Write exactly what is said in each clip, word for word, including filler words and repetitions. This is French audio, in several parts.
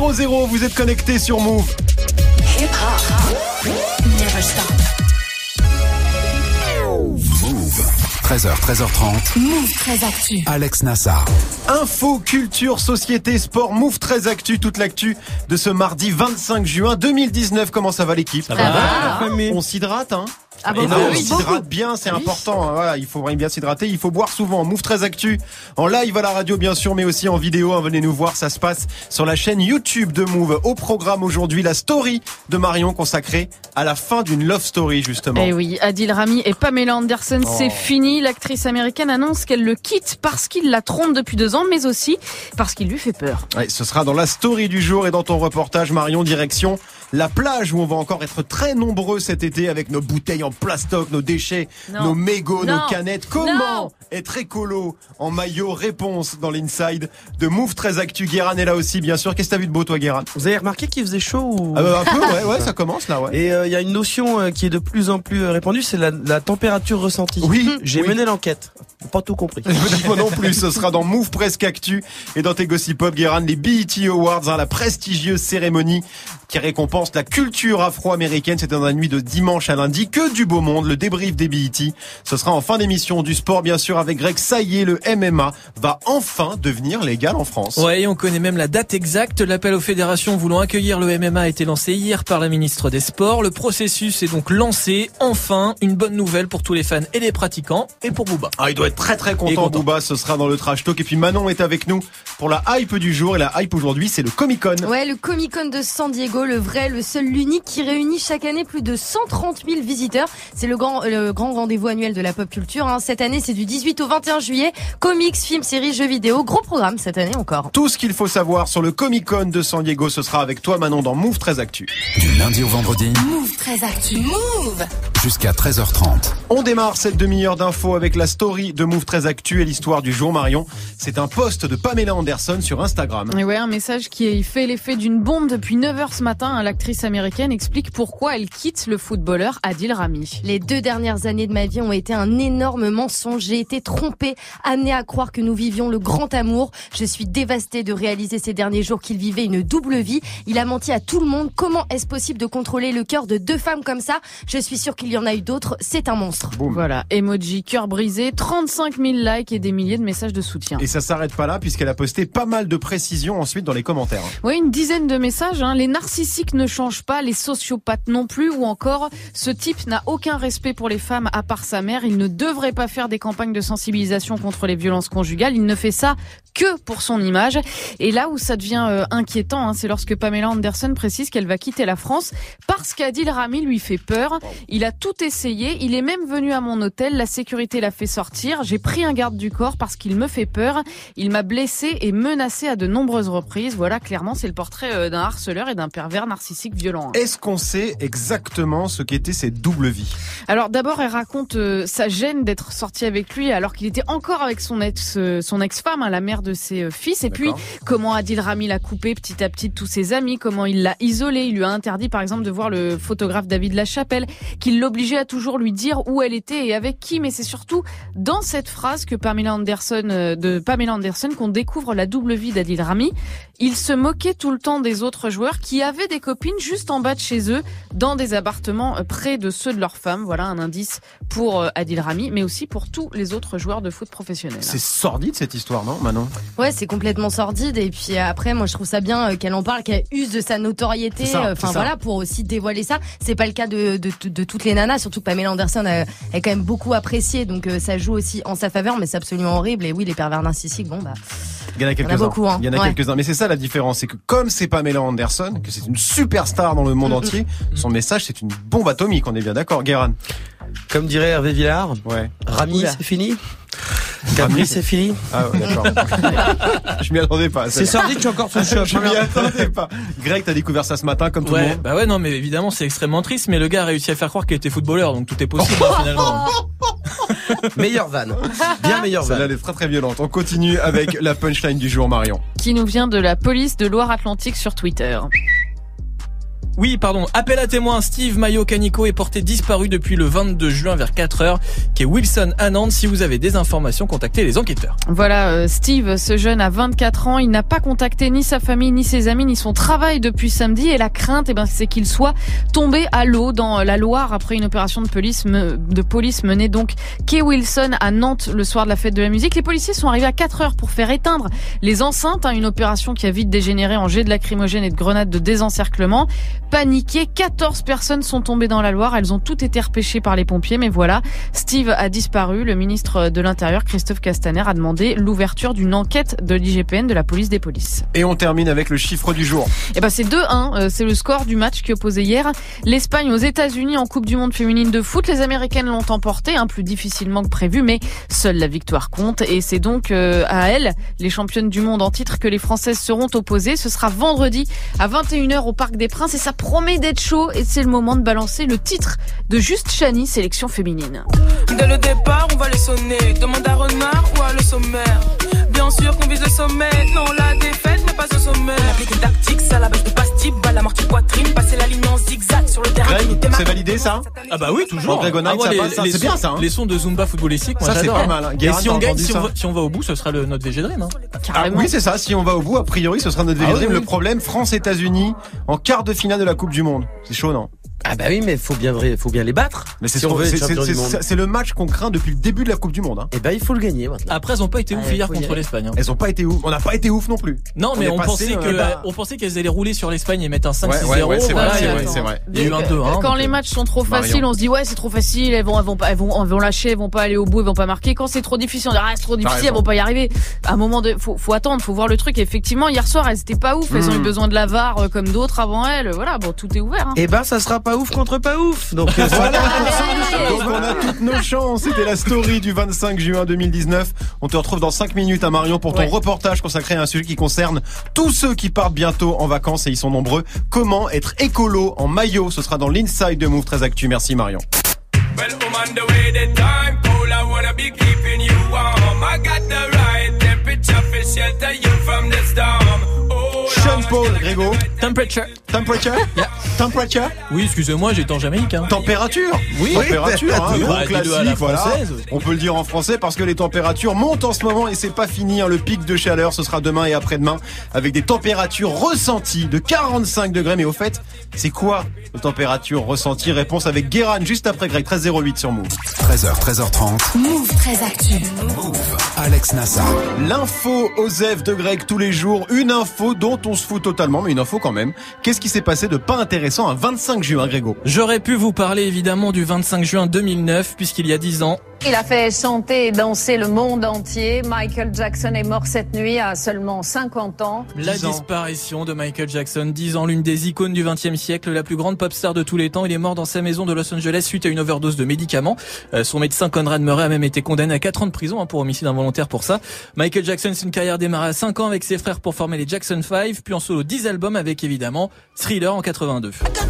zéro zéro, vous êtes connectés sur Move. Hip hop, never stop. Move. treize heures, treize heures trente. Move treize Actu. Alex Nassar. Info, culture, société, sport, Move treize Actu, toute l'actu de ce mardi vingt-cinq juin deux mille dix-neuf. Comment ça va l'équipe? Ça va, ah, on s'hydrate, hein? Ah bon, non, oui, on s'hydrate bien, c'est oui. important. Hein, voilà, il faut vraiment bien s'hydrater. Il faut boire souvent. Move treize Actu en live à la radio, bien sûr, mais aussi en vidéo. Hein, venez nous voir, ça se passe sur la chaîne YouTube de Move. Au programme aujourd'hui, la story de Marion consacrée à la fin d'une love story, justement. Eh oui, Adil Rami et Pamela Anderson, oh. c'est fini. L'actrice américaine annonce qu'elle le quitte parce qu'il la trompe depuis deux ans, mais aussi parce qu'il lui fait peur. Ouais, ce sera dans la story du jour et dans ton reportage, Marion, direction la plage où on va encore être très nombreux cet été avec nos bouteilles en plastoc, nos déchets, non. nos mégots, non. nos canettes. Comment non. être écolo en maillot? Réponse dans l'Inside de Move treize Actu. Guéran est là aussi, bien sûr. Qu'est-ce que t'as vu de beau, toi, Guéran? Vous avez remarqué qu'il faisait chaud ou... ah bah, un peu, ouais, ouais, ça commence là, ouais. Et il euh, y a une notion euh, qui est de plus en plus répandue, c'est la, la température ressentie. Oui. J'ai oui. mené l'enquête. Pas tout compris. Moi non plus. Ce sera dans Move Presque Actu et dans tes Gossip Pop, Guéran, les B E T Awards, hein, la prestigieuse cérémonie qui récompense la culture afro-américaine. C'était dans la nuit de dimanche à lundi. Que du beau monde. Le débrief des B E T. Ce sera en fin d'émission. Du sport, bien sûr, avec Greg. Ça y est, le M M A va enfin devenir légal en France. Ouais, on connaît même la date exacte. L'appel aux fédérations voulant accueillir le M M A a été lancé hier par la ministre des Sports. Le processus est donc lancé. Enfin, une bonne nouvelle pour tous les fans et les pratiquants et pour Booba. Ah, il doit être très très content, content. Booba. Ce sera dans le Trash Talk. Et puis Manon est avec nous pour la hype du jour. Et la hype aujourd'hui, c'est le Comic Con. Ouais, le Comic Con de San Diego, le vrai, le seul, l'unique qui réunit chaque année plus de cent trente mille visiteurs. C'est le grand, le grand rendez-vous annuel de la pop culture. Hein. Cette année, c'est du dix-huit au vingt et un juillet. Comics, films, séries, jeux vidéo. Gros programme cette année encore. Tout ce qu'il faut savoir sur le Comic Con de San Diego, ce sera avec toi, Manon, dans Move treize Actu. Du lundi au vendredi. Move treize Actu. Move. Jusqu'à treize heures trente. On démarre cette demi-heure d'infos avec la story de Move treize Actu et l'histoire du jour, Marion. C'est un post de Pamela Anderson sur Instagram. Et ouais, un message qui fait l'effet d'une bombe depuis neuf heures ce matin. L'actrice américaine explique pourquoi elle quitte le footballeur Adil Rami. Les deux dernières années de ma vie ont été un énorme mensonge. J'ai été trompée, amenée à croire que nous vivions le grand amour. Je suis dévastée de réaliser ces derniers jours qu'il vivait une double vie. Il a menti à tout le monde. Comment est-ce possible de contrôler le cœur de deux femmes comme ça? Je suis sûre qu'il y en a eu d'autres. C'est un monstre. Boum. Voilà, emoji cœur brisé, trente-cinq mille likes et des milliers de messages de soutien. Et ça s'arrête pas là puisqu'elle a posté pas mal de précisions ensuite dans les commentaires. Oui, une dizaine de messages. Hein. Les narcissiques ne changent pas, les sociopathes non plus, ou encore ce type n'a aucun respect pour les femmes à part sa mère. Il ne devrait pas faire des campagnes de sensibilisation contre les violences conjugales. Il ne fait ça que pour son image. Et là où ça devient euh, inquiétant, hein, c'est lorsque Pamela Anderson précise qu'elle va quitter la France parce qu'Adil Rami lui fait peur. Il a tout essayé. Il est même venu à mon hôtel. La sécurité l'a fait sortir. J'ai pris un garde du corps parce qu'il me fait peur. Il m'a blessé et menacé à de nombreuses reprises. Voilà, clairement, c'est le portrait d'un harceleur et d'un pervers narcissique violent. Est-ce qu'on sait exactement ce qu'était cette double vie? Alors d'abord, elle raconte euh, sa gêne d'être sortie avec lui alors qu'il était encore avec son ex, euh, son ex-femme, hein, la mère de ses euh, fils. Et D'accord. puis, comment Adil Rami l'a coupé petit à petit de tous ses amis, comment il l'a isolé. Il lui a interdit, par exemple, de voir le photographe David Lachapelle, qu'il l'obligeait à toujours lui dire où elle était et avec qui. Mais c'est surtout dans cette phrase que Pamela Anderson, euh, de Pamela Anderson qu'on découvre la double vie d'Adil Rami. Il se moquait tout le temps des autres joueurs qui avaient des copines juste en bas de chez eux, dans des appartements près de ceux de leurs femmes. Voilà un indice pour Adil Rami, mais aussi pour tous les autres joueurs de foot professionnels. C'est sordide cette histoire, non, Manon? Ouais, c'est complètement sordide. Et puis après, moi, je trouve ça bien qu'elle en parle, qu'elle use de sa notoriété. Ça, enfin voilà, pour aussi dévoiler ça. C'est pas le cas de, de, de, de toutes les nanas, surtout que Pamela Anderson a, est quand même beaucoup appréciée, donc ça joue aussi en sa faveur, mais c'est absolument horrible. Et oui, les pervers narcissiques, bon bah. Il y en a quelques-uns. Beaucoup, hein. Il y en a ouais. quelques-uns. Mais c'est ça la différence, c'est que comme c'est Pamela Anderson, que c'est une superstar dans le monde mmh, entier, mmh. son message c'est une bombe atomique. On est bien d'accord, Guéran? Comme dirait Hervé Villard. Ouais. Rami, c'est fini. Capri, c'est fini. Ah ouais, d'accord. Je m'y attendais pas. C'est sordide, tu es encore sous le choc. Je m'y attendais pas. Greg, t'as découvert ça ce matin comme tout ouais, le monde. Bah ouais, non, mais évidemment, c'est extrêmement triste, mais le gars a réussi à faire croire qu'il était footballeur, donc tout est possible, hein, finalement. Meilleure vanne. Bien meilleure vanne. Celle-là, elle est très très violente. On continue avec la punchline du jour, Marion. Qui nous vient de la police de Loire-Atlantique sur Twitter. Oui, pardon. Appel à témoins. Steve Maio Canico est porté disparu depuis le vingt-deux juin vers quatre heures, qui est Wilson à Nantes. Si vous avez des informations, contactez les enquêteurs. Voilà, euh, Steve, ce jeune a vingt-quatre ans, il n'a pas contacté ni sa famille, ni ses amis, ni son travail depuis samedi. Et la crainte, eh ben, c'est qu'il soit tombé à l'eau dans la Loire après une opération de police, de police menée donc Kay Wilson à Nantes le soir de la fête de la musique. Les policiers sont arrivés à quatre heures pour faire éteindre les enceintes, hein, une opération qui a vite dégénéré en jet de lacrymogène et de grenades de désencerclement. Paniquées, quatorze personnes sont tombées dans la Loire. Elles ont toutes été repêchées par les pompiers, mais voilà, Steve a disparu. Le ministre de l'Intérieur, Christophe Castaner, a demandé l'ouverture d'une enquête de l'I G P N, de la police des polices. Et on termine avec le chiffre du jour. Eh ben, c'est deux un. C'est le score du match qui opposait hier l'Espagne aux États-Unis en Coupe du Monde féminine de foot. Les Américaines l'ont emporté, hein, plus difficilement que prévu, mais seule la victoire compte. Et c'est donc euh, à elles, les championnes du monde en titre, que les Françaises seront opposées. Ce sera vendredi à vingt et une heures au Parc des Princes et ça promet d'être chaud. Et c'est le moment de balancer le titre de Juste Chani, sélection féminine. Dès le départ, on va les sonner. Demande à Renard ou à le sommaire. Bien sûr qu'on vise le sommet. Non, la défaite n'est pas au sommet. On applique une tactique, ça la base de pastille. Balle amortie poitrine, passer la ligne en zigzag sur le terrain. Greg, c'est validé ça? Ah bah oui, toujours. En Greg O'Night, ah, ça les, passe, ça. les C'est sons, bien ça. Hein. Les sons de Zumba footballistique, moi ça j'adore. c'est pas mal. Hein. Et Guérin, si on gagne, si ça on, va, si on va au bout, ce sera le, notre V G Dream. Hein. Ah, oui, c'est ça. Si on va au bout, a priori, ce sera notre V G Ah, Dream. oui, Le oui. problème, France-États-Unis en quart de finale de la Coupe du Monde. C'est chaud, non? Ah bah oui, mais faut bien, faut bien les battre. Mais c'est si on trop- veut être c'est- champion c'est- du monde. c'est- c'est le match qu'on craint depuis le début de la Coupe du Monde. Hein. Et bah il faut le gagner maintenant. Après, elles ont pas été ouf Ah, hier faut y contre aller. l'Espagne. Hein. Elles ont pas été ouf. On n'a pas été ouf non plus. Non, mais est on, passé, pensait que, euh, bah- on pensait qu'elles allaient rouler sur l'Espagne et mettre un cinq Ouais, six ouais, zéro. ouais, c'est vrai, Voilà, c'est et vrai, attends. c'est vrai. Il y a eu un deux un. Quand donc, les euh, matchs sont trop Marion. faciles, on se dit ouais c'est trop facile, elles vont, elles vont pas, elles vont, elles vont lâcher, elles vont pas aller au bout, elles vont pas marquer. Quand c'est trop difficile, on dit ah c'est trop difficile, raison. elles vont pas y arriver. À un moment de, faut, faut attendre, faut voir le truc. Et effectivement, hier soir, elles étaient pas ouf, elles ont eu Mm. besoin de la V A R euh, comme d'autres avant elles. Voilà, bon tout est ouvert. Hein. Et ben ça sera pas ouf contre pas ouf. Donc euh, Voilà, Allez. donc on a toutes nos chances. C'était la story du vingt-cinq juin deux mille dix-neuf. On te retrouve dans cinq minutes à Marion pour ton Ouais. reportage consacré à un sujet qui concerne tous ceux qui partent bientôt en vacances et ils sont nombreux. Comment être écolo en maillot? Ce sera dans l'Inside de Move très Actu. Merci Marion. Well, I'm on the way, the time cold, I wanna be keeping you warm. I got the right temperature for shelter you from the storm. Oh, Sean Paul, Grégo. Temperature. Temperature? Yeah. Temperature? Oui, excusez-moi, j'étais en Jamaïque. Hein. Température. Oui. Température, hein, Oui, gros bah, dis-le à la classique, voilà. française. On peut le dire en français parce que les températures montent en ce moment et c'est pas fini. Hein. Le pic de chaleur, ce sera demain et après-demain avec des températures ressenties de quarante-cinq degrés. Mais au fait, c'est quoi les températures ressenties? Réponse avec Guérin juste après Greg, treize zéro huit sur Move. treize heures, treize heures trente. Move très Actu. Alex Nassar. L'info Osef de Greg tous les jours. Une info dont on se fout totalement, mais une info quand même. Qu'est-ce qui s'est passé de pas intéressant un vingt-cinq juin, Grégo? J'aurais pu vous parler évidemment du vingt-cinq juin deux mille neuf, puisqu'il y a dix ans, Il a fait chanter et danser le monde entier. Michael Jackson est mort cette nuit à seulement cinquante ans. la dix ans. disparition de Michael Jackson, dix ans, l'une des icônes du vingtième siècle, la plus grande pop star de tous les temps. Il est mort dans sa maison de Los Angeles suite à une overdose de médicaments. Euh, son médecin Conrad Murray a même été condamné à quatre ans de prison hein, pour homicide involontaire pour ça. Michael Jackson, c'est une carrière démarrée à cinq ans avec ses frères pour former les Jackson five, puis en solo dix albums avec évidemment Thriller en quatre-vingt-deux.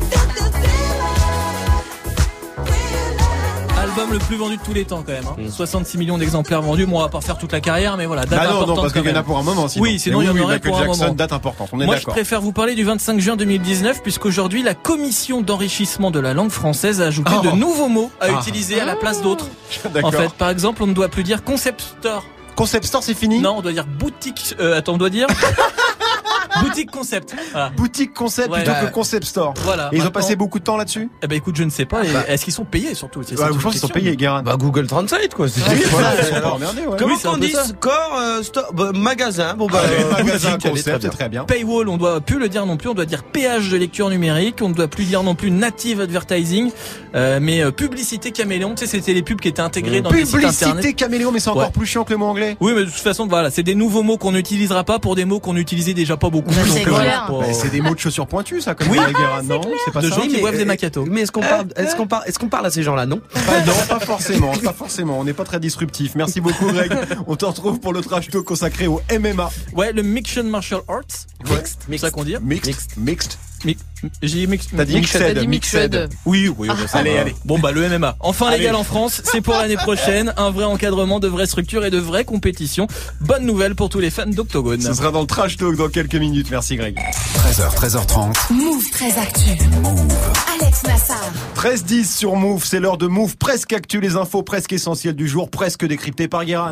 Album le plus vendu de tous les temps quand même. Hein. soixante-six millions d'exemplaires vendus. Bon, on va pas refaire toute la carrière, mais voilà, date Ah non, importante non, parce quand qu'il y en a même. pour un moment. Sinon. Oui, sinon Mais il y en oui, aurait Michael pour un Jackson, moment. date importante. On est Moi, je d'accord. préfère vous parler du vingt-cinq juin deux mille dix-neuf, puisqu'aujourd'hui, la commission d'enrichissement de la langue française a ajouté Oh. de nouveaux mots à Ah. utiliser à la place d'autres. D'accord. En fait, par exemple, on ne doit plus dire concept store. Concept Store, c'est fini? Non, on doit dire boutique. Euh, attends, on doit dire boutique concept. Voilà. Boutique Concept Ouais. plutôt Bah, que Concept Store. Voilà. Et ils ont Maintenant- passé beaucoup de temps là-dessus? Eh ben, écoute, je ne sais pas. Et bah. est-ce qu'ils sont payés surtout? C'est Ouais, ça je toute pense qu'ils sont question. payés, Guérin. bah Google Translate quoi. C'est Oui, voilà, c'est- ils sont pas alors, emmerdés, ouais. Comment Oui, c'est un on peu dit ça. score, euh, store, bah, magasin. Bon bah Allez, euh, magasin boutique, allez, Concept, très c'est très bien. Paywall, on doit plus le dire non plus, on doit dire péage de lecture numérique, on ne doit plus dire non plus native advertising, euh, mais euh, publicité caméléon, tu sais, c'était les pubs qui étaient intégrées dans les sites internet. Publicité caméléon, mais c'est encore Ouais. plus chiant que le mot anglais. Oui, mais de toute façon, voilà, c'est des nouveaux mots qu'on n'utilisera pas pour des mots qu'on utilisait déjà pas beaucoup. Bah, donc, c'est euh, clair. pour- Bah, c'est des mots de chaussures pointues, ça, comme Oui. dirait Guérin, non? C'est pas De ça? gens qui mais, boivent des euh, macchiatos. Mais est-ce qu'on parle, est-ce qu'on parle, est-ce qu'on parle à ces gens-là, non? Pas- non, pas forcément, pas forcément. On n'est pas très disruptif. Merci beaucoup, Greg. On te retrouve pour le trash talk consacré au M M A. Ouais, le Mixed Martial Arts. Ouais. C'est ça qu'on dit. Mixed, mixed Mi- J'ai mix... T'as dit T'as dit Mixed. Oui, oui, bah, ça Allez, va. allez. Bon, bah, le M M A. Enfin Allez. légal en France, c'est pour l'année prochaine. Un vrai encadrement, de vraies structures et de vraies compétitions. Bonne nouvelle pour tous les fans d'Octogone. Ce sera dans le Trash Talk dans quelques minutes. Merci Greg. treize heures, treize heures trente. Move très actu. Alex Nassar. treize dix sur Move, c'est l'heure de Move presque actu, les infos presque essentielles du jour, presque décryptées par Guéran.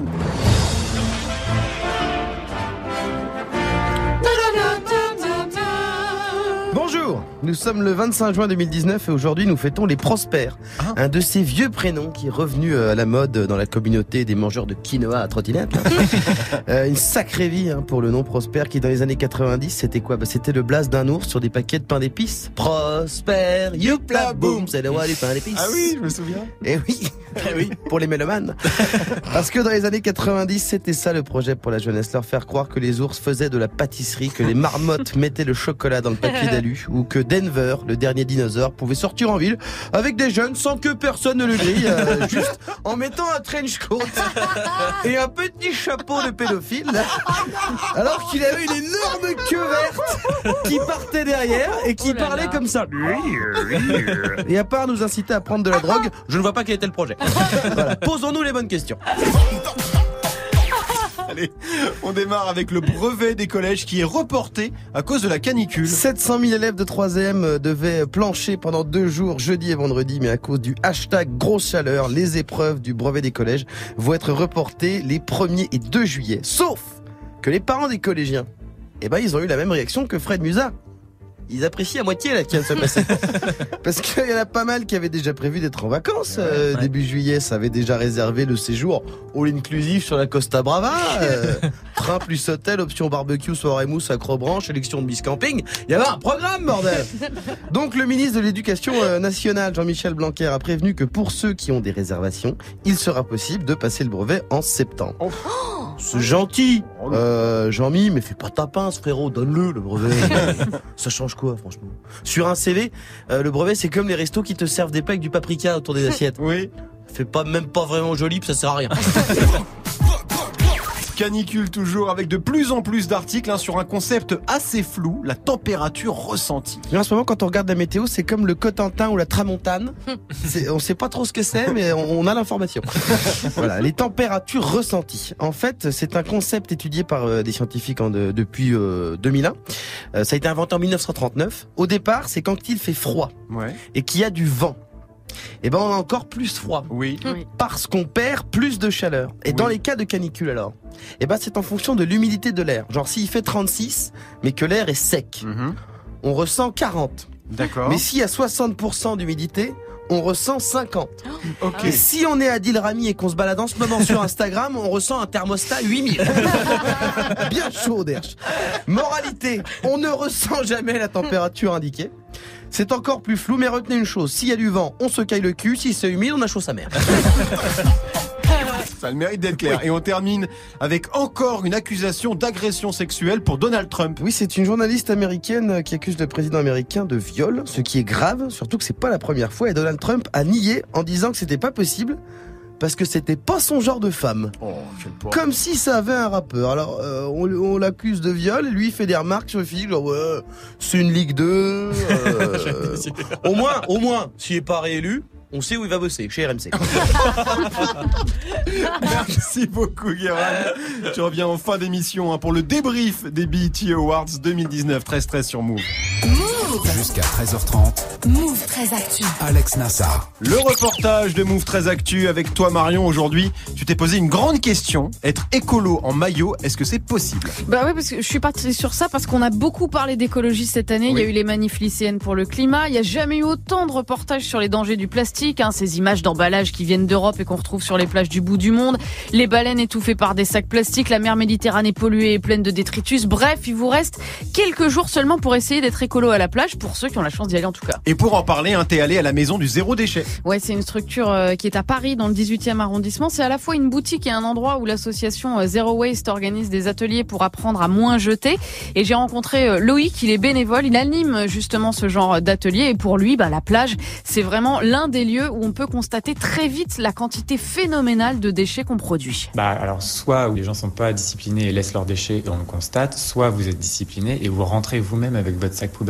Bonjour, nous sommes le vingt-cinq juin deux mille dix-neuf et aujourd'hui nous fêtons les Prospères, Ah. un de ces vieux prénoms qui est revenu euh, à la mode dans la communauté des mangeurs de quinoa à trottinette. euh, une sacrée vie hein, pour le nom Prosper qui dans les années quatre-vingt-dix c'était quoi bah, c'était le blaze d'un ours sur des paquets de pain d'épices. Prosper, youpla boum, c'est le roi du pain d'épices. Ah oui, je me souviens. Eh oui, eh oui, pour les mélomanes. Parce que dans les années quatre-vingt-dix, c'était ça le projet pour la jeunesse, leur faire croire que les ours faisaient de la pâtisserie, que les marmottes mettaient le chocolat dans le papier d'alu, ou que Denver, le dernier dinosaure, pouvait sortir en ville avec des jeunes sans que personne ne le grille, euh, juste en mettant un trench coat et un petit chapeau de pédophile, alors qu'il avait une énorme queue verte qui partait derrière et qui Oh là parlait là. comme ça. Et à part nous inciter à prendre de la drogue, je ne vois pas quel était le projet. Voilà. Posons-nous les bonnes questions. Allez, on démarre avec le brevet des collèges qui est reporté à cause de la canicule. sept cent mille élèves de troisième devaient plancher pendant deux jours, jeudi et vendredi, mais à cause du hashtag grosse chaleur, les épreuves du brevet des collèges vont être reportées les premier et deux juillet. Sauf que les parents des collégiens, eh ben, ils ont eu la même réaction que Fred Musa. Ils apprécient à moitié là qui vient de se passer. Parce qu'il y en a pas mal qui avaient déjà prévu d'être en vacances. Euh, ouais. Début juillet, ça avait déjà réservé le séjour all inclusive sur la Costa Brava. Euh, train plus hôtel, option barbecue, soirée mousse, accrobranche, élection de Miss Camping. Il y avait un programme, bordel. Donc le ministre de l'Éducation euh, nationale, Jean-Michel Blanquer, a prévenu que pour ceux qui ont des réservations, il sera possible de passer le brevet en septembre. Oh. C'est gentil, euh, Jean-Mi, mais fais pas ta pince, frérot, donne-le, le brevet. Ça change quoi, franchement? Sur un C V, euh, le brevet, c'est comme les restos qui te servent des packs du paprika autour des assiettes. Oui. Fait pas, même pas vraiment joli, puis ça sert à rien. Canicule toujours avec de plus en plus d'articles hein, sur un concept assez flou, la température ressentie. Mais en ce moment, quand on regarde la météo, c'est comme le Cotentin ou la Tramontane. C'est, on sait pas trop ce que c'est, mais on, on a l'information. Voilà, les températures ressenties. En fait, c'est un concept étudié par euh, des scientifiques en de, depuis euh, deux mille un. Euh, ça a été inventé en mille neuf cent trente-neuf. Au départ, c'est quand il fait froid Ouais. et qu'il y a du vent. Et ben, on a encore plus froid. Oui. Oui. Parce qu'on perd plus de chaleur. Et Oui. dans les cas de canicule alors, eh ben c'est en fonction de l'humidité de l'air. Genre s'il fait trente-six, mais que l'air est sec, Mhm. on ressent quarante. D'accord. Mais s'il y a soixante pour cent d'humidité, on ressent cinquante. Ok. Et si on est à Dilrami et qu'on se balade en ce moment sur Instagram, on ressent un thermostat huit mille. Bien chaud, Derch. Moralité, on ne ressent jamais la température indiquée. C'est encore plus flou, mais retenez une chose, s'il y a du vent, on se caille le cul, si c'est humide, on a chaud sa mère. Ça a le mérite d'être clair. Et on termine avec encore une accusation d'agression sexuelle pour Donald Trump. Oui, c'est une journaliste américaine qui accuse le président américain de viol, ce qui est grave, surtout que c'est pas la première fois, et Donald Trump a nié en disant que c'était pas possible, parce que c'était pas son genre de femme. Oh, quel porc. Comme si ça avait un rappeur. Alors, euh, on, on l'accuse de viol, et lui il fait des remarques sur le physique, genre ouais, c'est une Ligue deux. Euh, au moins, au moins, s'il est pas réélu, on sait où il va bosser, chez R M C. Merci beaucoup, Guéran. Tu reviens en fin d'émission hein, pour le débrief des B E T Awards deux mille dix-neuf. treize treize sur Move. Jusqu'à treize heures trente. Move très actu. Alex Nassar. Le reportage de Move très Actu avec toi, Marion. Aujourd'hui, tu t'es posé une grande question. Être écolo en maillot, est-ce que c'est possible? Bah oui, parce que je suis partie sur ça parce qu'on a beaucoup parlé d'écologie cette année. Oui. Il y a eu les manifs lycéennes pour le climat. Il n'y a jamais eu autant de reportages sur les dangers du plastique. Hein, ces images d'emballage qui viennent d'Europe et qu'on retrouve sur les plages du bout du monde. Les baleines étouffées par des sacs plastiques. La mer Méditerranée polluée et pleine de détritus. Bref, il vous reste quelques jours seulement pour essayer d'être écolo à la plage, pour ceux qui ont la chance d'y aller en tout cas. Et pour en parler, hein, t'es allé à la maison du zéro déchet. Ouais, c'est une structure euh, qui est à Paris, dans le dix-huitième arrondissement. C'est à la fois une boutique et un endroit où l'association euh, Zero Waste organise des ateliers pour apprendre à moins jeter. Et j'ai rencontré euh, Loïc, il est bénévole, il anime euh, justement ce genre d'atelier. Et pour lui, bah, la plage, c'est vraiment l'un des lieux où on peut constater très vite la quantité phénoménale de déchets qu'on produit. Bah alors soit où les gens sont pas disciplinés et laissent leurs déchets et on le constate, soit vous êtes disciplinés et vous rentrez vous-même avec votre sac poubelle après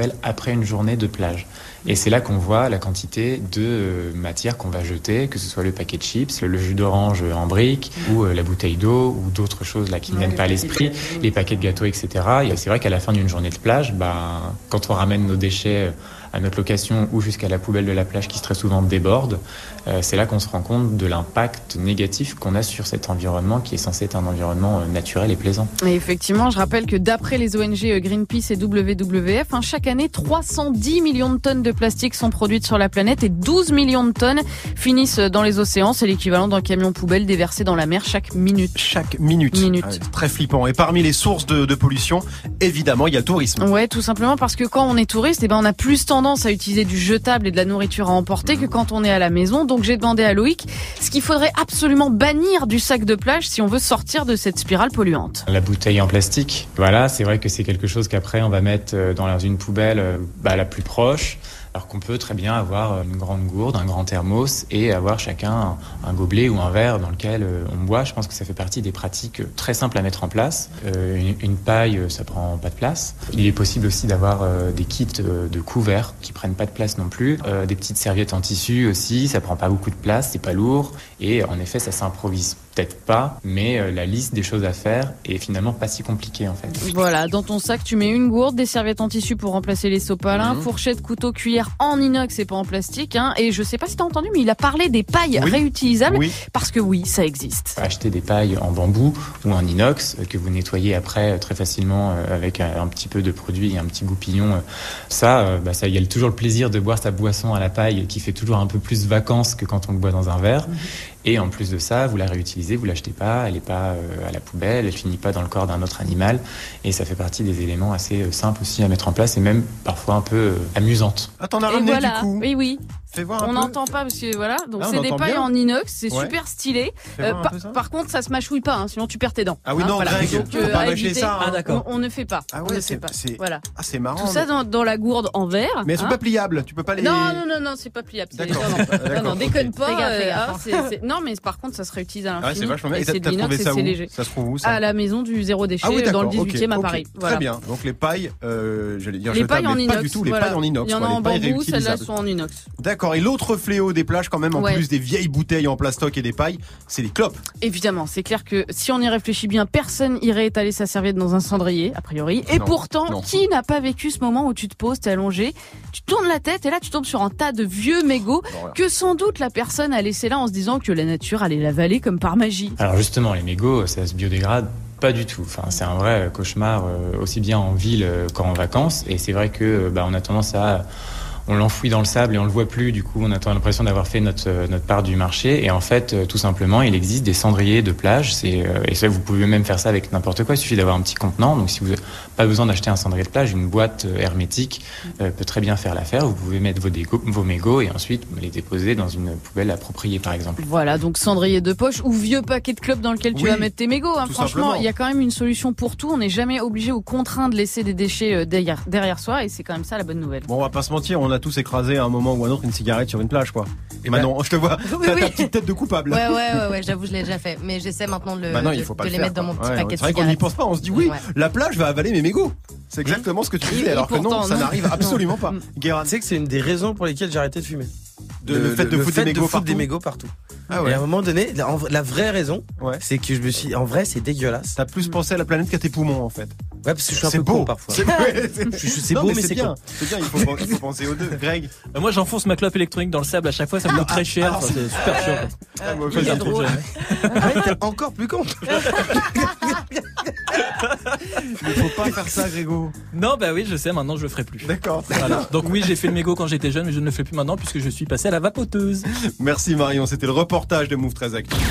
après une journée de plage. Et c'est là qu'on voit la quantité de matière qu'on va jeter, que ce soit le paquet de chips, le jus d'orange en briques, ou la bouteille d'eau, ou d'autres choses là qui ne ouais, viennent pas à l'esprit, les paquets de gâteaux, et cetera. Et c'est vrai qu'à la fin d'une journée de plage, bah, quand on ramène nos déchets à notre location ou jusqu'à la poubelle de la plage qui très souvent déborde, euh, c'est là qu'on se rend compte de l'impact négatif qu'on a sur cet environnement qui est censé être un environnement euh, naturel et plaisant. Et effectivement, je rappelle que d'après les O N G Greenpeace et W W F, hein, chaque année, trois cent dix millions de tonnes de plastique sont produites sur la planète et douze millions de tonnes finissent dans les océans. C'est l'équivalent d'un camion poubelle déversé dans la mer chaque minute. Chaque minute. minute. Ah, c'est très flippant. Et parmi les sources de, de pollution, évidemment, il y a le tourisme. Ouais, tout simplement parce que quand on est touriste, eh ben, on a plus tendance à utiliser du jetable et de la nourriture à emporter que quand on est à la maison. Donc j'ai demandé à Loïc ce qu'il faudrait absolument bannir du sac de plage si on veut sortir de cette spirale polluante. La bouteille en plastique, voilà, c'est vrai que c'est quelque chose qu'après on va mettre dans une poubelle bah, la plus proche. Alors qu'on peut très bien avoir une grande gourde, un grand thermos et avoir chacun un, un gobelet ou un verre dans lequel on boit. Je pense que ça fait partie des pratiques très simples à mettre en place. Euh, une, une paille, ça prend pas de place. Il est possible aussi d'avoir euh, des kits euh, de couverts qui prennent pas de place non plus. Euh, des petites serviettes en tissu aussi, ça prend pas beaucoup de place, c'est pas lourd. Et en effet, ça s'improvise peut-être pas, mais euh, la liste des choses à faire est finalement pas si compliquée en fait. Voilà, dans ton sac, tu mets une gourde, des serviettes en tissu pour remplacer les sopalins, mmh. fourchette, couteau, cuillère en inox et pas en plastique. Hein. Et je sais pas si t'as entendu, mais il a parlé des pailles oui. réutilisables, oui. parce que oui, ça existe. Acheter des pailles en bambou ou en inox que vous nettoyez après très facilement avec un, un petit peu de produit et un petit goupillon. Ça, bah, ça, il y a toujours le plaisir de boire sa boisson à la paille qui fait toujours un peu plus vacances que quand on le boit dans un verre. Mmh. Et en plus de ça, vous la réutilisez, vous l'achetez pas, elle est pas euh, à la poubelle, elle finit pas dans le corps d'un autre animal. Et ça fait partie des éléments assez euh, simples aussi à mettre en place et même parfois un peu euh, amusantes. Ah, t'en as ramené voilà. du coup. Oui, oui. Fais voir un on peu. n'entend pas parce que voilà, donc ah, c'est des pailles bien. En inox, c'est ouais. super stylé. Euh, par, par contre, ça se mâchouille pas, hein, sinon tu perds tes dents. Ah oui, hein, non, voilà. Greg, donc, tu peux euh, pas mâcher ça. Hein. Ah d'accord. On, on ne fait pas. Ah ouais, on ne c'est, fait pas. C'est... Voilà. Ah c'est marrant. Tout ça dans, dans la gourde en verre. Mais elles sont hein. pas pliables. Tu peux pas les. Non, non, non, non, c'est pas pliable. C'est... D'accord. Non, non, D'accord. non, non, déconne okay. pas. Fais gaffe, fais gaffe. Euh, c'est, c'est... Non, mais par contre, ça se réutilise à l'infini. Ah, c'est vachement bien. Et, et t'as, c'est t'as de trouvé l'inox ça et c'est où léger. Ça se trouve où ça? À la maison du zéro déchet ah oui, dans le okay, dix-huitième à Paris. Okay. Très bien. Donc les pailles, euh, j'allais dire les pailles en inox. Pas du tout. Les pailles en inox. Il y en a en bambou, celles-là sont en inox. D'accord. Et l'autre fléau des plages quand même, en plus des vieilles bouteilles en plastoc et des pailles, c'est les clopes. Évidemment, c'est clair que si on y réfléchit bien, personne irait étaler sa serviette dans un cendrier, a priori. Et non, pourtant, non. Qui n'a pas vécu ce moment où tu te poses, t'es allongé, tu tournes la tête et là tu tombes sur un tas de vieux mégots bon, que sans doute la personne a laissé là en se disant que la nature allait l'avaler comme par magie. Alors justement, les mégots, ça se biodégrade pas du tout. Enfin, c'est un vrai cauchemar euh, aussi bien en ville qu'en vacances. Et c'est vrai que bah, on a tendance à on l'enfouit dans le sable et on le voit plus. Du coup, on a l'impression d'avoir fait notre notre part du marché. Et en fait, tout simplement, il existe des cendriers de plage. C'est et ça, vous pouvez même faire ça avec n'importe quoi. Il suffit d'avoir un petit contenant. Donc, si vous n'avez pas besoin d'acheter un cendrier de plage, une boîte hermétique euh, peut très bien faire l'affaire. Vous pouvez mettre vos dégo, vos mégots et ensuite les déposer dans une poubelle appropriée, par exemple. Voilà, donc cendrier de poche ou vieux paquet de clopes dans lequel tu oui, vas mettre tes mégots. Hein. Franchement, il y a quand même une solution pour tout. On n'est jamais obligé ou contraint de laisser des déchets derrière derrière soi. Et c'est quand même ça la bonne nouvelle. Bon, on va pas se mentir, on a tous écrasé un moment ou un autre une cigarette sur une plage, quoi. Et maintenant, je te vois, oui, t'as oui. ta petite tête de coupable. Ouais, ouais, ouais, ouais, j'avoue, je l'ai déjà fait. Mais j'essaie maintenant de, le, bah non, il faut de, pas de le les faire, mettre dans mon petit ouais, paquet de cigarettes. C'est vrai qu'on n'y pense pas, on se dit oui, ouais. La plage va avaler mes mégots. C'est exactement ce que tu disais, alors que non, ça n'arrive absolument pas. Guérin. Tu sais que c'est une des raisons pour lesquelles j'ai arrêté de fumer. De, le, le fait de foutre des mégots partout. des mégots partout. Ah ouais. Et à un moment donné, la, la vraie raison, ouais. c'est que je me suis, en vrai, c'est dégueulasse. T'as plus pensé à la planète qu'à tes poumons, en fait. Ouais, parce que je suis un c'est peu beau con parfois. C'est, ouais, c'est... je, je, c'est non, beau, mais, mais c'est, c'est bien. con. C'est bien, il faut, il faut penser aux deux. Greg. Euh, moi, j'enfonce ma clope électronique dans le sable à chaque fois, ça me coûte très cher. Alors, enfin, c'est super chiant. Ah, ah, c'est c'est drôle. Ouais, t'es encore plus con. Il faut pas faire ça, Grégo. Non, bah oui, je sais, maintenant je le ferai plus. D'accord. Voilà. Donc oui, j'ai fait le mégot quand j'étais jeune, mais je ne le fais plus maintenant puisque je suis passé à la vapoteuse. Merci Marion, c'était le reportage de Move très Actu.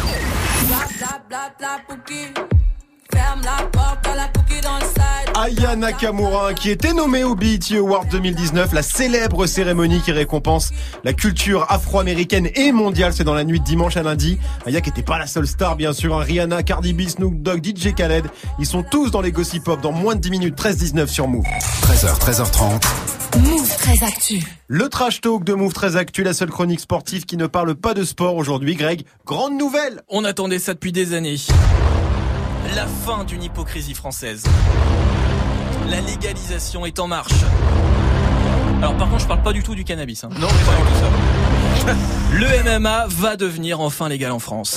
Aya Nakamura, qui était nommée au B E T Awards deux mille dix-neuf, la célèbre cérémonie qui récompense la culture afro-américaine et mondiale. C'est dans la nuit de dimanche à lundi. Aya qui n'était pas la seule star, bien sûr. Rihanna, Cardi B, Snoop Dogg, D J Khaled. Ils sont tous dans les Gossip Pop dans moins de dix minutes. treize dix-neuf sur Move. treize heures, treize heures trente. Move très Actu. Le trash talk de Move très Actu, la seule chronique sportive qui ne parle pas de sport aujourd'hui. Greg, grande nouvelle. On attendait ça depuis des années. La fin d'une hypocrisie française. La légalisation est en marche. Alors par contre, je parle pas du tout du cannabis. Hein. Non, mais pas du tout ça. Le M M A va devenir enfin légal en France.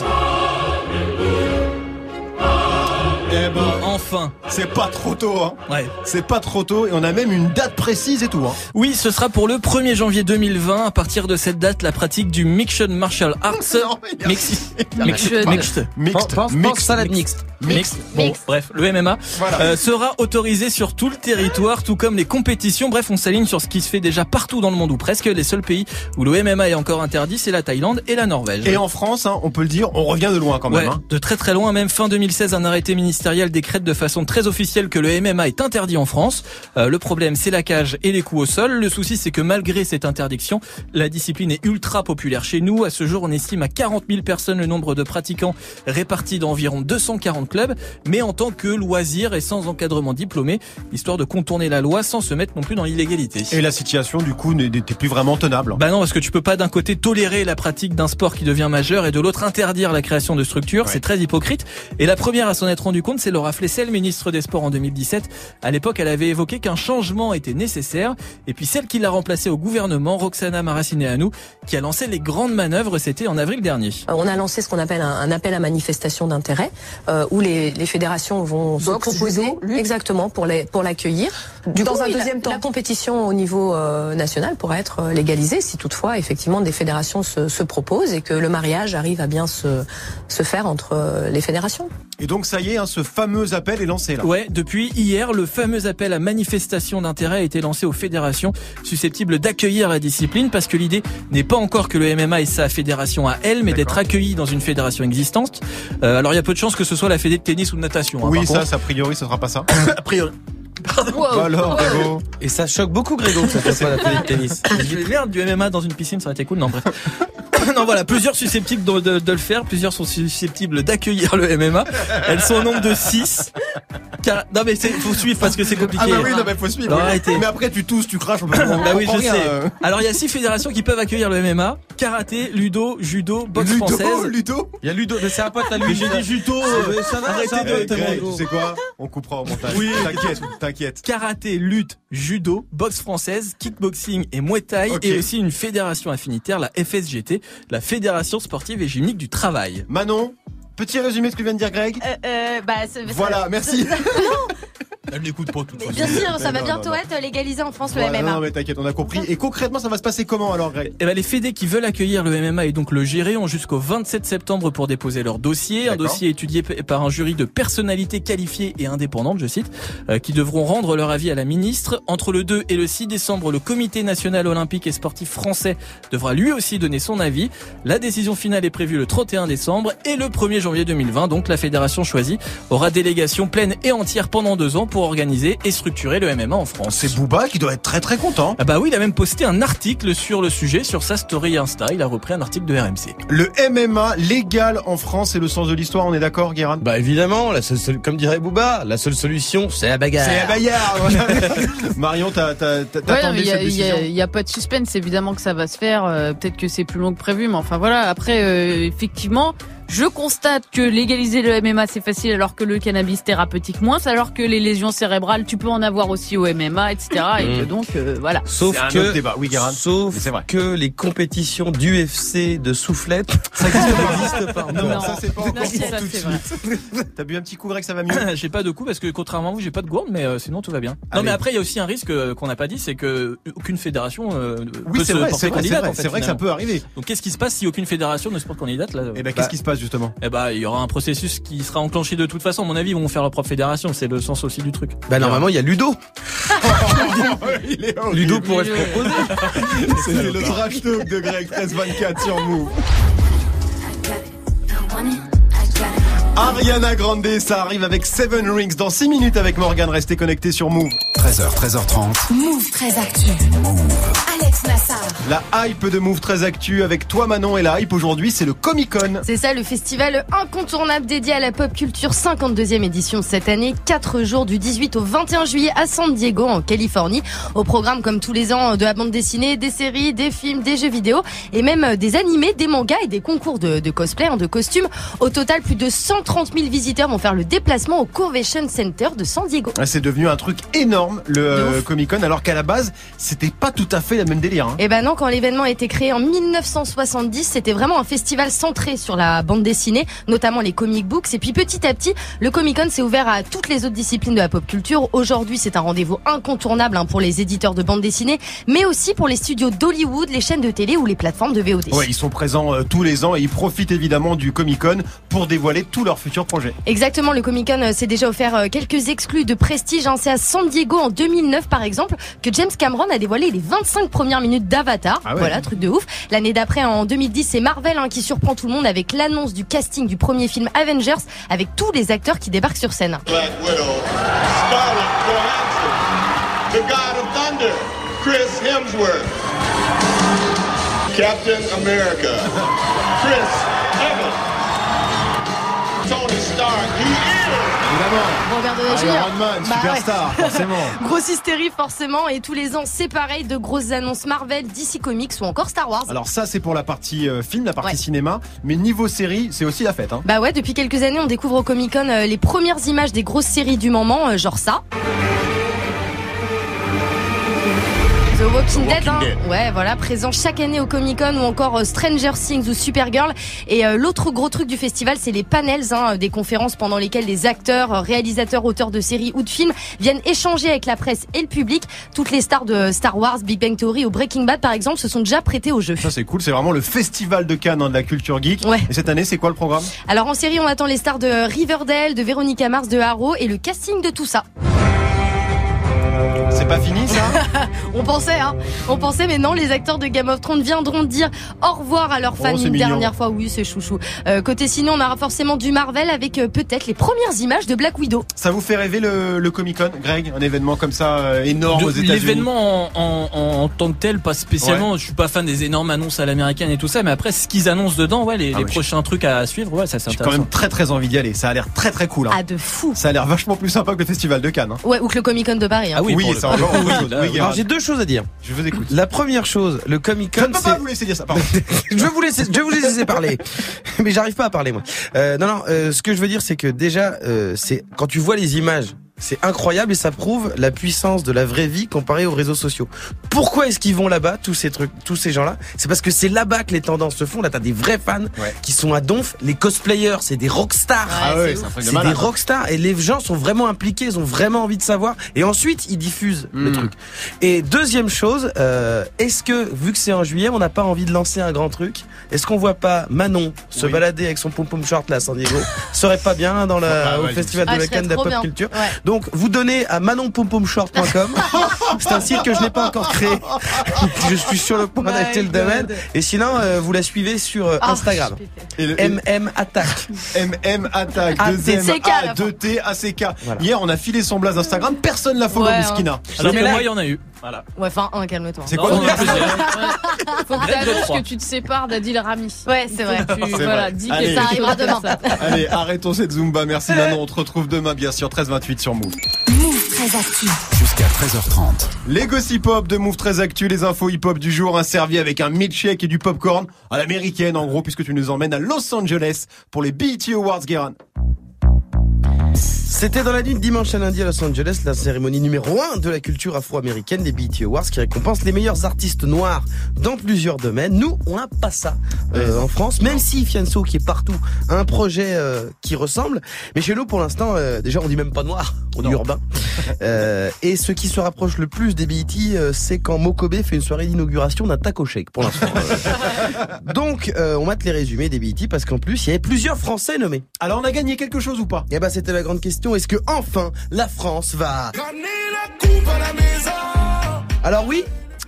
Eh ben, enfin. C'est pas trop tôt, hein. Ouais. C'est pas trop tôt et on a même une date précise et tout, hein. Oui, ce sera pour le premier janvier deux mille vingt. À partir de cette date, la pratique du Mixed Martial Arts. Non, mais Mixed. Mixed. Mixed. Mixed. Pense, pense salade mixte. Mixed. Bon, bref, le M M A Voilà. euh, sera autorisé sur tout le territoire, tout comme les compétitions. Bref, on s'aligne sur ce qui se fait déjà partout dans le monde ou presque. Les seuls pays où le M M A est encore interdit, c'est la Thaïlande et la Norvège. Et en France, hein, on peut le dire, on revient de loin quand même. Ouais, Hein. de très très loin. Même fin deux mille seize, un arrêté ministériel décrète de façon très officielle que le M M A est interdit en France. Euh, le problème, c'est la cage et les coups au sol. Le souci, c'est que malgré cette interdiction, la discipline est ultra populaire chez nous. À ce jour, on estime à quarante mille personnes le nombre de pratiquants répartis dans environ deux cent quarante clubs, mais en tant que loisir et sans encadrement diplômé, histoire de contourner la loi sans se mettre non plus dans l'illégalité. Et la situation, du coup, n'était plus vraiment tenable. Bah non, parce que tu peux pas d'un côté tolérer la pratique d'un sport qui devient majeur et de l'autre interdire la création de structures. Ouais. C'est très hypocrite. Et la première à s'en être rendu compte, c'est Laura Flessel, ministre des Sports en deux mille dix-sept. À l'époque, elle avait évoqué qu'un changement était nécessaire. Et puis celle qui l'a remplacée au gouvernement, Roxana Maracineanu, qui a lancé les grandes manœuvres, c'était en avril dernier. On a lancé ce qu'on appelle un, un appel à manifestation d'intérêt, euh, où les, les fédérations vont se proposer judo, exactement pour les pour l'accueillir. Du Dans coup, un deuxième la, temps, la compétition au niveau euh, national pourrait être légalisée si toutefois effectivement des fédérations se, se proposent et que le mariage arrive à bien se se faire entre euh, les fédérations. Et donc ça y est, hein, ce fameux appel est lancé là. Ouais, depuis hier, le fameux appel à manifestation d'intérêt a été lancé aux fédérations susceptibles d'accueillir la discipline, parce que l'idée n'est pas encore que le M M A ait sa fédération à elle, mais D'accord. d'être accueilli dans une fédération existante. Euh, alors il y a peu de chances que ce soit la fédé de tennis ou de natation. Hein, oui, ça, ça, a priori, ce sera pas ça. A priori. Wow. Alors, Grégo. Et ça choque beaucoup, Grégo, que ça soit pas la fédé de tennis. Je vais merde du M M A dans une piscine, ça aurait été cool. Non, bref. Non, voilà, plusieurs susceptibles de, de, de le faire, plusieurs sont susceptibles d'accueillir le M M A. Elles sont au nombre de six. Car... Non, mais c'est, faut suivre parce que c'est compliqué. Ah bah oui, non, mais faut suivre. Non, oui. Mais après, tu tousses, tu craches, on peut Bah oui, je rien, sais. Euh... Alors, il y a six fédérations qui peuvent accueillir le M M A. Karaté, ludo, judo, boxe ludo, française. Ludo? Il y a ludo, mais c'est un pote à lui. Mais j'ai dit judo. Euh, ça va, arrêtez ça de, va, Greg, tu sais quoi? On coupera au montage. Oui, t'inquiète, t'inquiète. Karaté, lutte, judo, boxe française, kickboxing et muay thai, okay. Et aussi une fédération affinitaire, la F S G T, la Fédération Sportive et Gymnique du Travail. Manon, petit résumé de ce que vient de dire Greg. Euh, euh, bah, c'est, voilà, c'est, merci. Elle n'écoute pas toute façon. Bien sûr, ça mais va non, bientôt non, non. être légalisé en France voilà, le M M A. Non, mais t'inquiète, on a compris. Et concrètement, ça va se passer comment alors, Greg? Eh ben, les fédés qui veulent accueillir le M M A et donc le gérer ont jusqu'au vingt-sept septembre pour déposer leur dossier. D'accord. Un dossier étudié par un jury de personnalités qualifiées et indépendantes, je cite, euh, qui devront rendre leur avis à la ministre. Entre le deux et le six décembre, le Comité national olympique et sportif français devra lui aussi donner son avis. La décision finale est prévue le trente et un décembre et le premier janvier deux mille vingt. Donc, la fédération choisie aura délégation pleine et entière pendant deux ans pour organiser et structurer le M M A en France. C'est Booba qui doit être très très content. Ah bah oui, il a même posté un article sur le sujet sur sa story Insta. Il a repris un article de R M C. Le M M A légal en France, c'est le sens de l'histoire, on est d'accord, Guérin? Bah évidemment, la seule, comme dirait Booba, la seule solution, c'est la bagarre. C'est la bagarre. Voilà. Marion, t'as, t'as, t'as ouais, attendu cette décision? Il y, y a pas de suspense, évidemment que ça va se faire. Euh, peut-être que c'est plus long que prévu, mais enfin voilà. Après, euh, effectivement. Je constate que légaliser le M M A c'est facile alors que le cannabis thérapeutique moins, alors que les lésions cérébrales tu peux en avoir aussi au M M A, et cetera. Et que donc euh, voilà. Sauf c'est que, un autre débat. Oui, Guérin. Sauf c'est vrai. que les compétitions d'U F C de soufflette, ça n'existe pas. Non, non, ça c'est pas encore non, c'est ça, tout de c'est vrai. suite. T'as bu un petit coup, Greg, ça va mieux? J'ai pas de coup parce que contrairement à vous, j'ai pas de gourde, mais euh, sinon tout va bien. Allez. Non, mais après il y a aussi un risque euh, qu'on n'a pas dit, c'est que aucune fédération euh, oui, peut c'est se vrai, porter c'est vrai, candidate. c'est vrai, en fait, c'est vrai que ça peut arriver. Donc qu'est-ce qui se passe si aucune fédération ne se porte candidate là? Et ben qu'est-ce qui se passe justement? Eh ben il y aura un processus qui sera enclenché de toute façon. À mon avis, ils vont faire leur propre fédération. C'est le sens aussi du truc. Bah normalement, il y a Ludo. Il est Ludo pourrait se proposer. C'était le trash talk de Greg, treize vingt-quatre sur Move. Ariana Grande, ça arrive avec Seven Rings dans six minutes avec Morgane. Restez connectés sur Move. treize heures, treize heures trente. Move très actu. Move. Alex Alex Nassar. La hype de Move très actu avec toi Manon et la hype aujourd'hui c'est le Comic-Con. C'est ça, le festival incontournable dédié à la pop culture, cinquante-deuxième édition cette année, quatre jours du dix-huit au vingt et un juillet à San Diego en Californie. Au programme comme tous les ans de la bande dessinée, des séries, des films, des jeux vidéo et même des animés, des mangas et des concours de, de cosplay, de costumes. Au total, plus de cent trente mille visiteurs vont faire le déplacement au Convention Center de San Diego. C'est devenu un truc énorme le euh, Comic-Con alors qu'à la base c'était pas tout à fait la même délire. Hein. Eh ben non, quand l'événement a été créé en mille neuf cent soixante-dix, c'était vraiment un festival centré sur la bande dessinée, notamment les comic books. Et puis petit à petit, le Comic-Con s'est ouvert à toutes les autres disciplines de la pop culture. Aujourd'hui, c'est un rendez-vous incontournable hein, pour les éditeurs de bande dessinée, mais aussi pour les studios d'Hollywood, les chaînes de télé ou les plateformes de V O D. Ouais, ils sont présents euh, tous les ans et ils profitent évidemment du Comic-Con pour dévoiler tous leurs futurs projets. Exactement, le Comic-Con euh, s'est déjà offert euh, quelques exclus de prestige. Hein. C'est à San Diego en deux mille neuf par exemple que James Cameron a dévoilé les vingt-cinq premières minutes d'Avatar. Ah ouais. Voilà, truc de ouf. L'année d'après, en deux mille dix, c'est Marvel hein, qui surprend tout le monde avec l'annonce du casting du premier film Avengers avec tous les acteurs qui débarquent sur scène. Black Widow, Scarlet Johansson, the God of Thunder, Chris Hemsworth, Captain America, Chris Evans, Tony Stark, he is Robert Downey junior Iron Man, bah superstar, ouais. forcément. Grosse hystérie, forcément. Et tous les ans, c'est pareil, de grosses annonces Marvel, D C Comics ou encore Star Wars. Alors ça, c'est pour la partie euh, film, la partie ouais. cinéma. Mais niveau série, c'est aussi la fête. Hein. Bah ouais, depuis quelques années, on découvre au Comic-Con euh, les premières images des grosses séries du moment, euh, genre ça. The Walking, The Walking Dead, hein. Dead, ouais, voilà, présent chaque année au Comic-Con ou encore euh, Stranger Things ou Supergirl. Et euh, l'autre gros truc du festival, c'est les panels, hein, des conférences pendant lesquelles les acteurs, réalisateurs, auteurs de séries ou de films viennent échanger avec la presse et le public. Toutes les stars de Star Wars, Big Bang Theory ou Breaking Bad, par exemple, se sont déjà prêtées au jeu. Ça c'est cool, c'est vraiment le festival de Cannes hein, de la culture geek. Ouais. Et cette année, c'est quoi le programme ? Alors en série, on attend les stars de Riverdale, de Véronica Mars, de Arrow et le casting de tout ça. C'est pas fini ça ? On pensait, hein. On pensait, mais non, les acteurs de Game of Thrones viendront dire au revoir à leurs fans oh, une mignon. dernière fois. Oui, c'est chouchou. Euh, côté sinon, on aura forcément du Marvel avec euh, peut-être les premières images de Black Widow. Ça vous fait rêver le, le Comic-Con, Greg ? Un événement comme ça euh, énorme de, aux États-Unis. L'événement en, en, en tant que tel, pas spécialement. Ouais. Je suis pas fan des énormes annonces à l'américaine et tout ça, mais après ce qu'ils annoncent dedans, ouais, les, ah, les ouais, prochains trucs à suivre, ouais, ça c'est intéressant. J'ai quand même très très envie d'y aller. Ça a l'air très très cool. Hein. Ah de fou. Ça a l'air vachement plus sympa que le festival de Cannes. Hein. Ouais, ou que le Comic-Con de Paris. Hein. Ah oui, oui, ça encore. Oui, oui, alors j'ai deux choses à dire. Je vous écoute. La première chose, le Comic-Con. Je ne peux pas vous laisser dire ça. Pardon. je vais vous laisser, je vais vous laisser parler, mais j'arrive pas à parler moi. Euh, non, non. Euh, ce que je veux dire, c'est que déjà, euh, c'est quand tu vois les images. C'est incroyable et ça prouve la puissance de la vraie vie comparée aux réseaux sociaux. Pourquoi est-ce qu'ils vont là-bas, tous ces trucs, tous ces gens-là ? C'est parce que c'est là-bas que les tendances se font. Là, t'as des vrais fans ouais. qui sont à donf. Les cosplayers, c'est des rockstars. Ah ouais, c'est, c'est, c'est des rockstars et les gens sont vraiment impliqués. Ils ont vraiment envie de savoir. Et ensuite, ils diffusent mmh. le truc. Et deuxième chose, euh, est-ce que vu que c'est en juillet, on n'a pas envie de lancer un grand truc ? Est-ce qu'on voit pas Manon se oui. balader avec son pom-pom short là à San Diego ? Serait pas bien dans la, ah, ouais, au festival ah, de la Cannes de la pop bien. Culture. Ouais. Donc, vous donnez à manon pom pom short point com. C'est un site que je n'ai pas encore créé. Je suis sur le point My d'acheter God. le domaine. Et sinon, euh, vous la suivez sur euh, Instagram. Oh, et le, M M Attack. M M Attack. deux M A deux T A C K. Voilà. Hier, on a filé son blaze Instagram. Personne l'a follow, ouais, Miskina. Hein. Alors que moi, il y en a eu. Voilà. Ouais, enfin, un, calme-toi. C'est quoi ton Faut que t'annonces que tu te sépares d'Adil Rami. Ouais, c'est vrai. Tu, c'est voilà, vrai. dis Allez. que ça arrivera demain. Allez, arrêtons cette Zumba. Merci Manon. On te retrouve demain, bien sûr, treize vingt-huit sur Move. Move très actu. Jusqu'à treize heures trente. Les gossip hop de Move très actu, les infos hip-hop du jour, un servi avec un milkshake et du popcorn à l'américaine, en gros, puisque tu nous emmènes à Los Angeles pour les B E T Awards, Guérin. C'était dans la nuit de dimanche à lundi à Los Angeles, la cérémonie numéro un de la culture afro-américaine, les B E T Awards, qui récompense les meilleurs artistes noirs dans plusieurs domaines. Nous, on n'a pas ça euh, en France, même si Fianso, qui est partout, a un projet euh, qui ressemble. Mais chez nous, pour l'instant, euh, déjà, on dit même pas noir, on dit urbain. euh, et ce qui se rapproche le plus des B E T, euh, c'est quand Mokobe fait une soirée d'inauguration d'un taco shake, pour l'instant. Donc, euh, on mate les résumés des B E T, parce qu'en plus, il y avait plusieurs Français nommés. Alors, on a gagné quelque chose ou pas ? Eh ben, c'était la grande question. Est-ce que enfin la France va... Alors oui,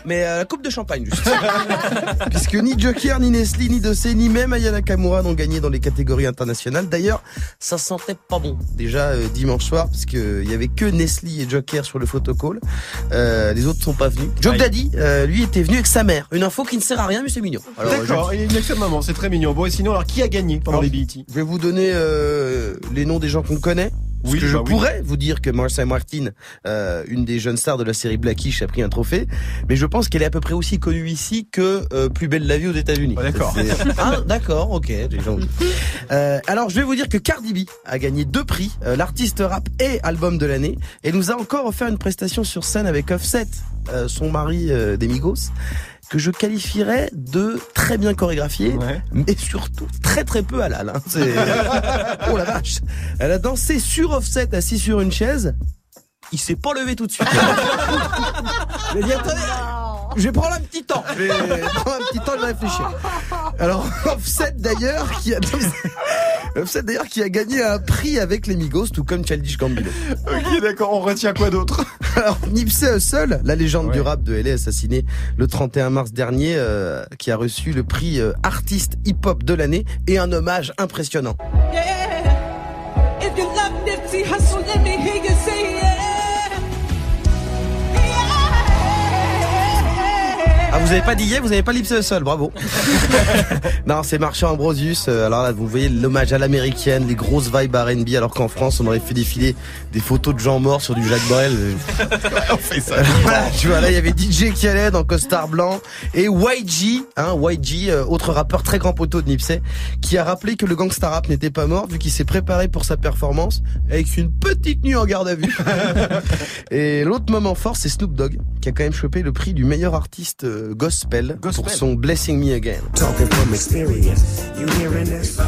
mais euh, la coupe de champagne juste. Puisque ni Joker, ni Nestlé, ni Dossé, ni même Aya Nakamura n'ont gagné dans les catégories internationales. D'ailleurs, ça sentait pas bon. Déjà euh, dimanche soir, parce que il y avait que Nestlé et Joker sur le photocall. Euh, les autres sont pas venus. Joe Daddy, euh, lui, était venu avec sa mère. Une info qui ne sert à rien, mais c'est mignon. Alors, d'accord, il est une excellente maman, c'est très mignon. Bon, et sinon, alors qui a gagné pendant alors, les B E T? Je vais vous donner euh, les noms des gens qu'on connaît. Parce oui, que je bah pourrais oui. vous dire que Marsai Martin, euh, une des jeunes stars de la série Blackish, a pris un trophée, mais je pense qu'elle est à peu près aussi connue ici que euh, Plus belle la vie aux États-Unis. Ah, d'accord. Ah, d'accord, ok. Euh, alors, je vais vous dire que Cardi B a gagné deux prix, euh, l'artiste rap et album de l'année, et nous a encore offert une prestation sur scène avec Offset, euh, son mari euh, des Migos, que je qualifierais de très bien chorégraphié, ouais. mais surtout très très peu halal. Hein. C'est... oh la vache. Elle a dansé sur Offset, assis sur une chaise. Il s'est pas levé tout de suite. Il a dit attendez, je vais prendre un petit temps. Je vais prendre un petit temps de réfléchir. Alors Offset d'ailleurs qui a Offset d'ailleurs qui a gagné un prix avec les Migos, tout comme Childish Gambino. Ok, d'accord. On retient quoi d'autre? Alors Nipsey Hussle, la légende ouais. du rap de L A, assassiné le trente et un mars dernier, euh, qui a reçu le prix euh, artiste hip-hop de l'année et un hommage impressionnant. Yeah. If you love Nipsey Hussle, let me hear you say yeah. Ah, vous avez pas dit yeah, vous avez pas Nipsey Hussle, bravo. Non, c'est Marsha Ambrosius. Alors là, vous voyez l'hommage à l'américaine, les grosses vibes R and B, alors qu'en France, on aurait fait défiler des photos de gens morts sur du Jacques Brel. On fait ça. Voilà, tu vois, là, il y avait D J Khaled en costard blanc et Y G, hein, Y G, euh, autre rappeur très grand poteau de Nipsey, qui a rappelé que le gangsta rap n'était pas mort vu qu'il s'est préparé pour sa performance avec une petite nuit en garde à vue. Et l'autre moment fort, c'est Snoop Dogg, qui a quand même chopé le prix du meilleur artiste euh, Gospel, Gospel pour son Blessing Me Again. Talking from experience, you hearing this?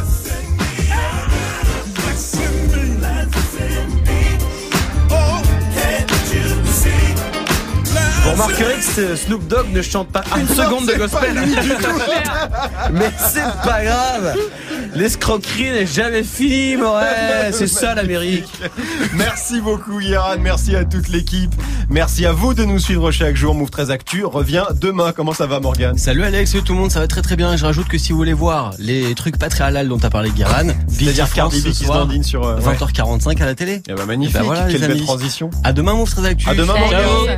Vous remarquerez que Snoop Dogg ne chante pas une ah seconde de gospel. Mais c'est pas grave. L'escroquerie n'est jamais finie, ouais, c'est ça l'Amérique. Merci beaucoup Guérin, merci à toute l'équipe. Merci à vous de nous suivre chaque jour. Move treize Actu revient demain. Comment ça va Morgane? Salut Alex, salut tout le monde, ça va très très bien. Je rajoute que si vous voulez voir les trucs pas très halal dont t'as parlé Guérin, c'est-à-dire Cardi B qui se dandine sur euh, vingt heures quarante-cinq à la télé. Eh ben magnifique, bah voilà, quelle belle transition. À demain Move treize Actu. À demain Morgane.